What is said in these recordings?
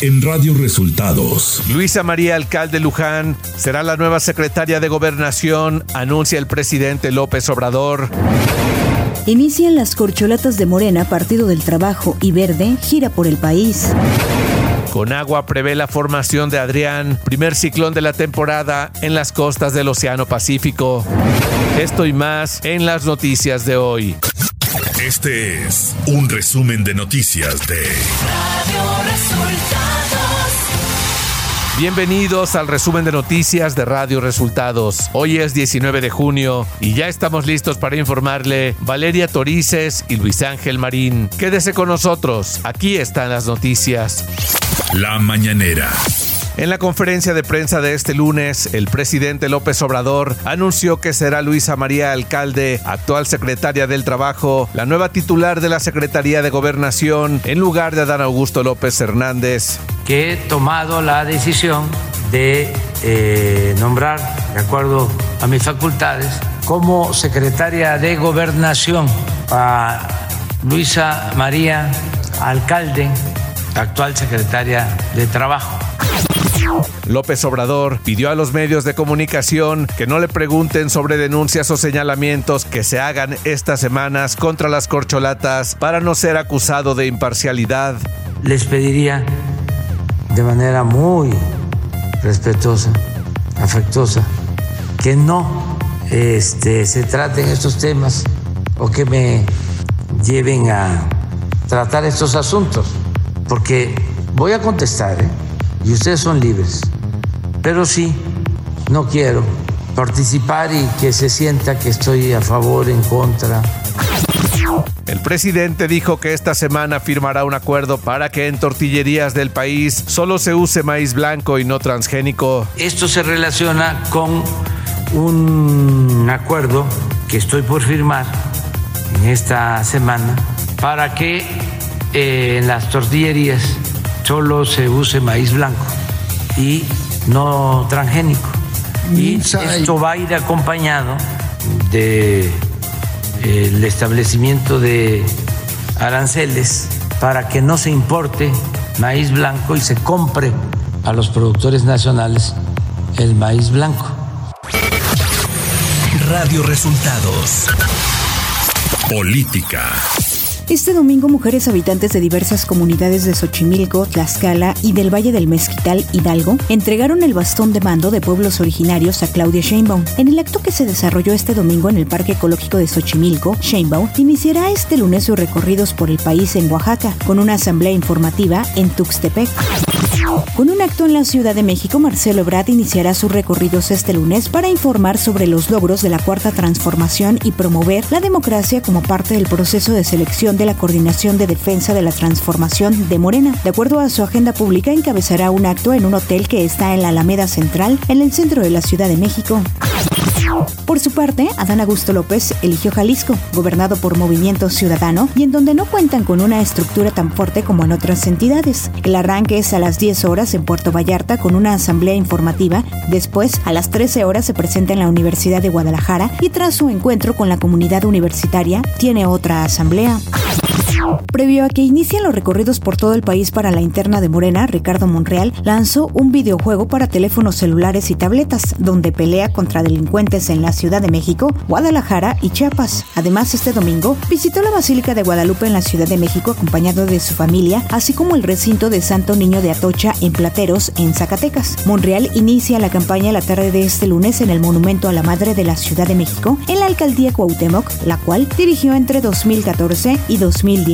en Radio Resultados. Luisa María Alcalde Luján será la nueva secretaria de Gobernación, anuncia el presidente López Obrador. Inician las corcholatas de Morena, Partido del Trabajo y Verde, gira por el país. Conagua prevé la formación de Adrián, primer ciclón de la temporada en las costas del Océano Pacífico. Esto y más en las noticias de hoy. Este es un resumen de noticias de Radio Resultados. Bienvenidos al resumen de noticias de Radio Resultados. Hoy es 19 de junio y ya estamos listos para informarle Valeria Torices y Luis Ángel Marín. Quédese con nosotros, aquí están las noticias. La mañanera. En la conferencia de prensa de este lunes, el presidente López Obrador anunció que será Luisa María Alcalde, actual secretaria del Trabajo, la nueva titular de la Secretaría de Gobernación, en lugar de Adán Augusto López Hernández. Que he tomado la decisión de nombrar, de acuerdo a mis facultades, como secretaria de Gobernación a Luisa María Alcalde, actual secretaria de Trabajo. López Obrador pidió a los medios de comunicación que no le pregunten sobre denuncias o señalamientos que se hagan estas semanas contra las corcholatas para no ser acusado de imparcialidad. Les pediría de manera muy respetuosa, afectuosa, que no se traten estos temas o que me lleven a tratar estos asuntos, porque voy a contestar, y ustedes son libres, pero sí, no quiero participar y que se sienta que estoy a favor, en contra. El presidente dijo que esta semana firmará un acuerdo para que en tortillerías del país solo se use maíz blanco y no transgénico. Esto se relaciona con un acuerdo que estoy por firmar en esta semana para que en las tortillerías solo se use maíz blanco y no transgénico. Y esto va a ir acompañado de el establecimiento de aranceles para que no se importe maíz blanco y se compre a los productores nacionales el maíz blanco. Radio Resultados. Política. Este domingo, mujeres habitantes de diversas comunidades de Xochimilco, Tlaxcala y del Valle del Mezquital, Hidalgo, entregaron el bastón de mando de pueblos originarios a Claudia Sheinbaum. En el acto que se desarrolló este domingo en el Parque Ecológico de Xochimilco, Sheinbaum iniciará este lunes sus recorridos por el país en Oaxaca, con una asamblea informativa en Tuxtepec. Con un acto en la Ciudad de México, Marcelo Ebrard iniciará sus recorridos este lunes para informar sobre los logros de la Cuarta Transformación y promover la democracia como parte del proceso de selección de la Coordinación de Defensa de la Transformación de Morena. De acuerdo a su agenda pública, encabezará un acto en un hotel que está en la Alameda Central, en el centro de la Ciudad de México. Por su parte, Adán Augusto López eligió Jalisco, gobernado por Movimiento Ciudadano, y en donde no cuentan con una estructura tan fuerte como en otras entidades. El arranque es a las 10 horas en Puerto Vallarta con una asamblea informativa. Después, a las 13 horas se presenta en la Universidad de Guadalajara y tras su encuentro con la comunidad universitaria, tiene otra asamblea. Previo a que inicien los recorridos por todo el país para la interna de Morena, Ricardo Monreal lanzó un videojuego para teléfonos celulares y tabletas, donde pelea contra delincuentes en la Ciudad de México, Guadalajara y Chiapas. Además, este domingo visitó la Basílica de Guadalupe en la Ciudad de México acompañado de su familia, así como el recinto de Santo Niño de Atocha en Plateros, en Zacatecas. Monreal inicia la campaña la tarde de este lunes en el Monumento a la Madre de la Ciudad de México, en la Alcaldía Cuauhtémoc, la cual dirigió entre 2014 y 2017.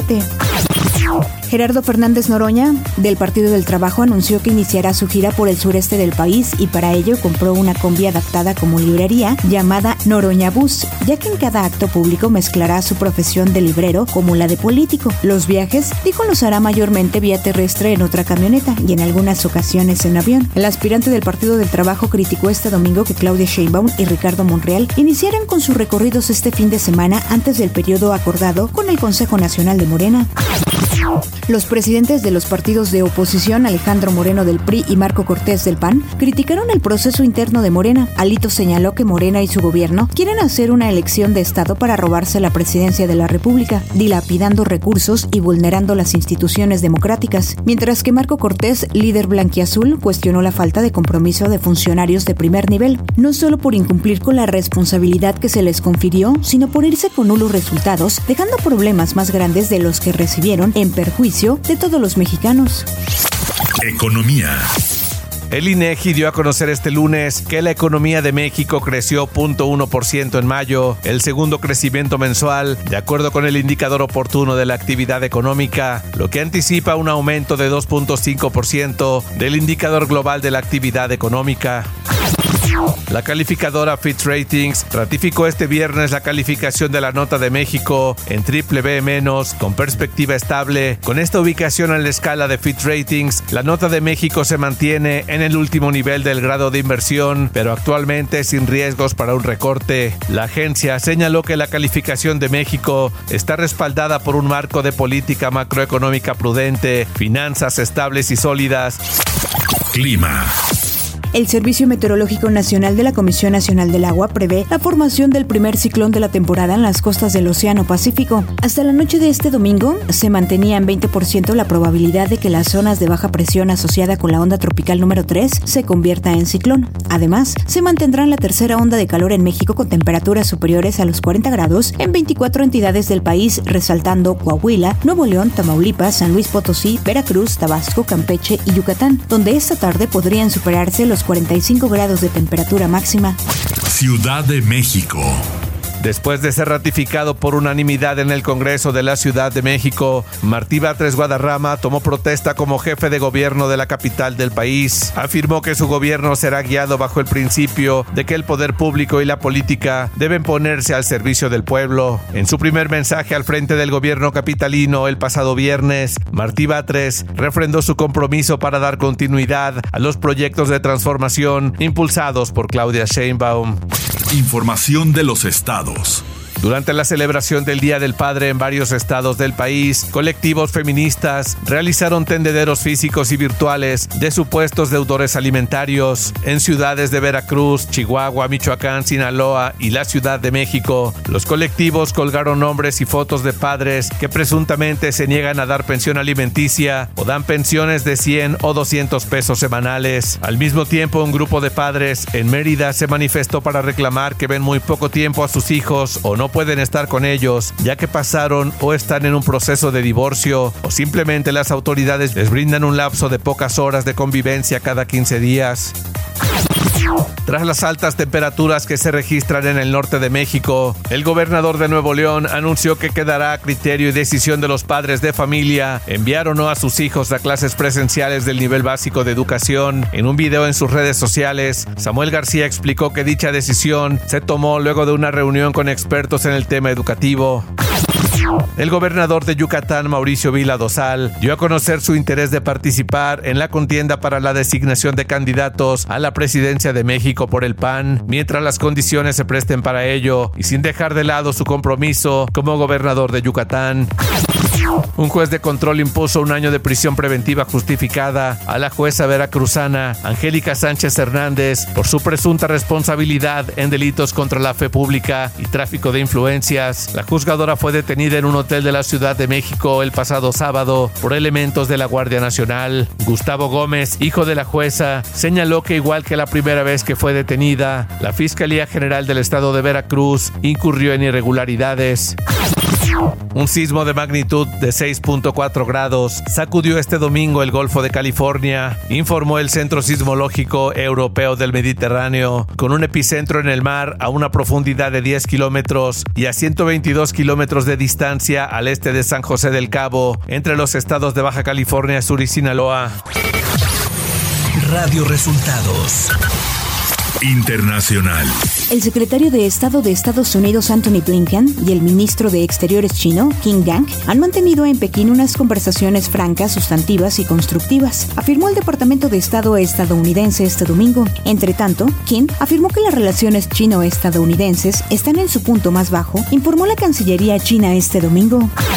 Gerardo Fernández Noroña, del Partido del Trabajo, anunció que iniciará su gira por el sureste del país y para ello compró una combi adaptada como librería llamada Noroña Bus, ya que en cada acto público mezclará su profesión de librero como la de político. Los viajes, dijo, los hará mayormente vía terrestre en otra camioneta y en algunas ocasiones en avión. El aspirante del Partido del Trabajo criticó este domingo que Claudia Sheinbaum y Ricardo Monreal iniciaran con sus recorridos este fin de semana antes del periodo acordado con el Consejo Nacional de Morena. Los presidentes de los partidos de oposición, Alejandro Moreno del PRI y Marco Cortés del PAN, criticaron el proceso interno de Morena. Alito señaló que Morena y su gobierno quieren hacer una elección de Estado para robarse la presidencia de la República, dilapidando recursos y vulnerando las instituciones democráticas, mientras que Marco Cortés, líder blanquiazul, cuestionó la falta de compromiso de funcionarios de primer nivel, no solo por incumplir con la responsabilidad que se les confirió, sino por irse con nulos resultados, dejando problemas más grandes de los que recibieron en perjuicio de todos los mexicanos. Economía. El INEGI dio a conocer este lunes que la economía de México creció 0.1% en mayo, el segundo crecimiento mensual, de acuerdo con el indicador oportuno de la actividad económica, lo que anticipa un aumento de 2.5% del indicador global de la actividad económica. La calificadora Fitch Ratings ratificó este viernes la calificación de la nota de México en BBB- con perspectiva estable. Con esta ubicación en la escala de Fitch Ratings, la nota de México se mantiene en el último nivel del grado de inversión, pero actualmente sin riesgos para un recorte. La agencia señaló que la calificación de México está respaldada por un marco de política macroeconómica prudente, finanzas estables y sólidas. Clima. El Servicio Meteorológico Nacional de la Comisión Nacional del Agua prevé la formación del primer ciclón de la temporada en las costas del Océano Pacífico. Hasta la noche de este domingo se mantenía en 20% la probabilidad de que las zonas de baja presión asociada con la onda tropical número 3 se convierta en ciclón. Además, se mantendrá la tercera onda de calor en México con temperaturas superiores a los 40 grados en 24 entidades del país, resaltando Coahuila, Nuevo León, Tamaulipas, San Luis Potosí, Veracruz, Tabasco, Campeche y Yucatán, donde esta tarde podrían superarse los 45 grados de temperatura máxima. Ciudad de México. Después de ser ratificado por unanimidad en el Congreso de la Ciudad de México, Martí Batres Guadarrama tomó protesta como jefe de gobierno de la capital del país. Afirmó que su gobierno será guiado bajo el principio de que el poder público y la política deben ponerse al servicio del pueblo. En su primer mensaje al frente del gobierno capitalino el pasado viernes, Martí Batres refrendó su compromiso para dar continuidad a los proyectos de transformación impulsados por Claudia Sheinbaum. Información de los estados. Durante la celebración del Día del Padre en varios estados del país, colectivos feministas realizaron tendederos físicos y virtuales de supuestos deudores alimentarios en ciudades de Veracruz, Chihuahua, Michoacán, Sinaloa y la Ciudad de México. Los colectivos colgaron nombres y fotos de padres que presuntamente se niegan a dar pensión alimenticia o dan pensiones de 100 o 200 pesos semanales. Al mismo tiempo, un grupo de padres en Mérida se manifestó para reclamar que ven muy poco tiempo a sus hijos o no pueden estar con ellos, ya que pasaron o están en un proceso de divorcio, o simplemente las autoridades les brindan un lapso de pocas horas de convivencia cada 15 días. Tras las altas temperaturas que se registran en el norte de México, el gobernador de Nuevo León anunció que quedará a criterio y decisión de los padres de familia enviar o no a sus hijos a clases presenciales del nivel básico de educación. En un video en sus redes sociales, Samuel García explicó que dicha decisión se tomó luego de una reunión con expertos en el tema educativo. El gobernador de Yucatán, Mauricio Vila Dosal, dio a conocer su interés de participar en la contienda para la designación de candidatos a la presidencia de México por el PAN, mientras las condiciones se presten para ello y sin dejar de lado su compromiso como gobernador de Yucatán. Un juez de control impuso 1 año de prisión preventiva justificada a la jueza veracruzana Angélica Sánchez Hernández por su presunta responsabilidad en delitos contra la fe pública y tráfico de influencias. La juzgadora fue detenida en un hotel de la Ciudad de México el pasado sábado por elementos de la Guardia Nacional. Gustavo Gómez, hijo de la jueza, señaló que igual que la primera vez que fue detenida, la Fiscalía General del Estado de Veracruz incurrió en irregularidades. Un sismo de magnitud de 6.4 grados sacudió este domingo el Golfo de California, informó el Centro Sismológico Europeo del Mediterráneo, con un epicentro en el mar a una profundidad de 10 kilómetros y a 122 kilómetros de distancia al este de San José del Cabo, entre los estados de Baja California Sur y Sinaloa. Radio Resultados Internacional. El secretario de Estado de Estados Unidos, Antony Blinken, y el ministro de Exteriores chino, Qin Gang, han mantenido en Pekín unas conversaciones francas, sustantivas y constructivas, afirmó el Departamento de Estado estadounidense este domingo. Entre tanto, Qin afirmó que las relaciones chino-estadounidenses están en su punto más bajo, informó la Cancillería china este domingo.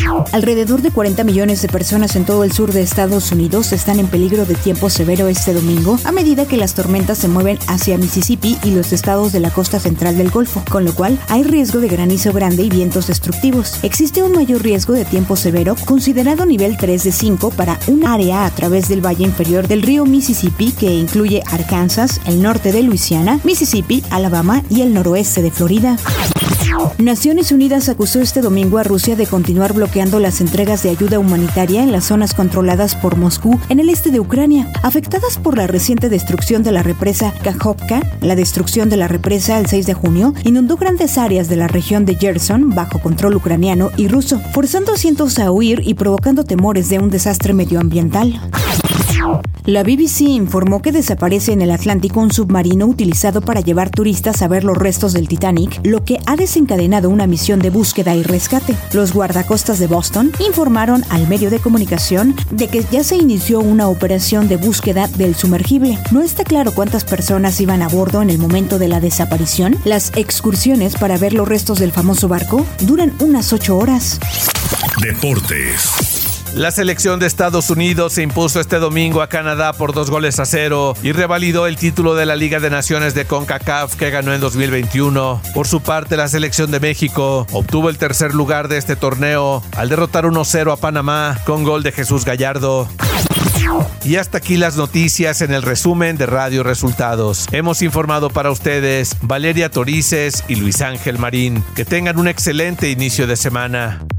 Alrededor de 40 millones de personas en todo el sur de Estados Unidos están en peligro de tiempo severo este domingo a medida que las tormentas se mueven hacia Mississippi y los estados de la costa central del Golfo, con lo cual hay riesgo de granizo grande y vientos destructivos. Existe un mayor riesgo de tiempo severo considerado nivel 3 de 5 para un área a través del valle inferior del río Mississippi que incluye Arkansas, el norte de Luisiana, Mississippi, Alabama y el noroeste de Florida. Naciones Unidas acusó este domingo a Rusia de continuar bloqueando las entregas de ayuda humanitaria en las zonas controladas por Moscú en el este de Ucrania, afectadas por la reciente destrucción de la represa Kakhovka. La destrucción de la represa el 6 de junio inundó grandes áreas de la región de Kherson bajo control ucraniano y ruso, forzando a cientos a huir y provocando temores de un desastre medioambiental. La BBC informó que desaparece en el Atlántico un submarino utilizado para llevar turistas a ver los restos del Titanic, lo que ha desencadenado una misión de búsqueda y rescate. Los guardacostas de Boston informaron al medio de comunicación de que ya se inició una operación de búsqueda del sumergible. No está claro cuántas personas iban a bordo en el momento de la desaparición. Las excursiones para ver los restos del famoso barco duran unas 8 horas. Deportes. La selección de Estados Unidos se impuso este domingo a Canadá por 2-0 y revalidó el título de la Liga de Naciones de CONCACAF que ganó en 2021. Por su parte, la selección de México obtuvo el tercer lugar de este torneo al derrotar 1-0 a Panamá con gol de Jesús Gallardo. Y hasta aquí las noticias en el resumen de Radio Resultados. Hemos informado para ustedes Valeria Torices y Luis Ángel Marín. Que tengan un excelente inicio de semana.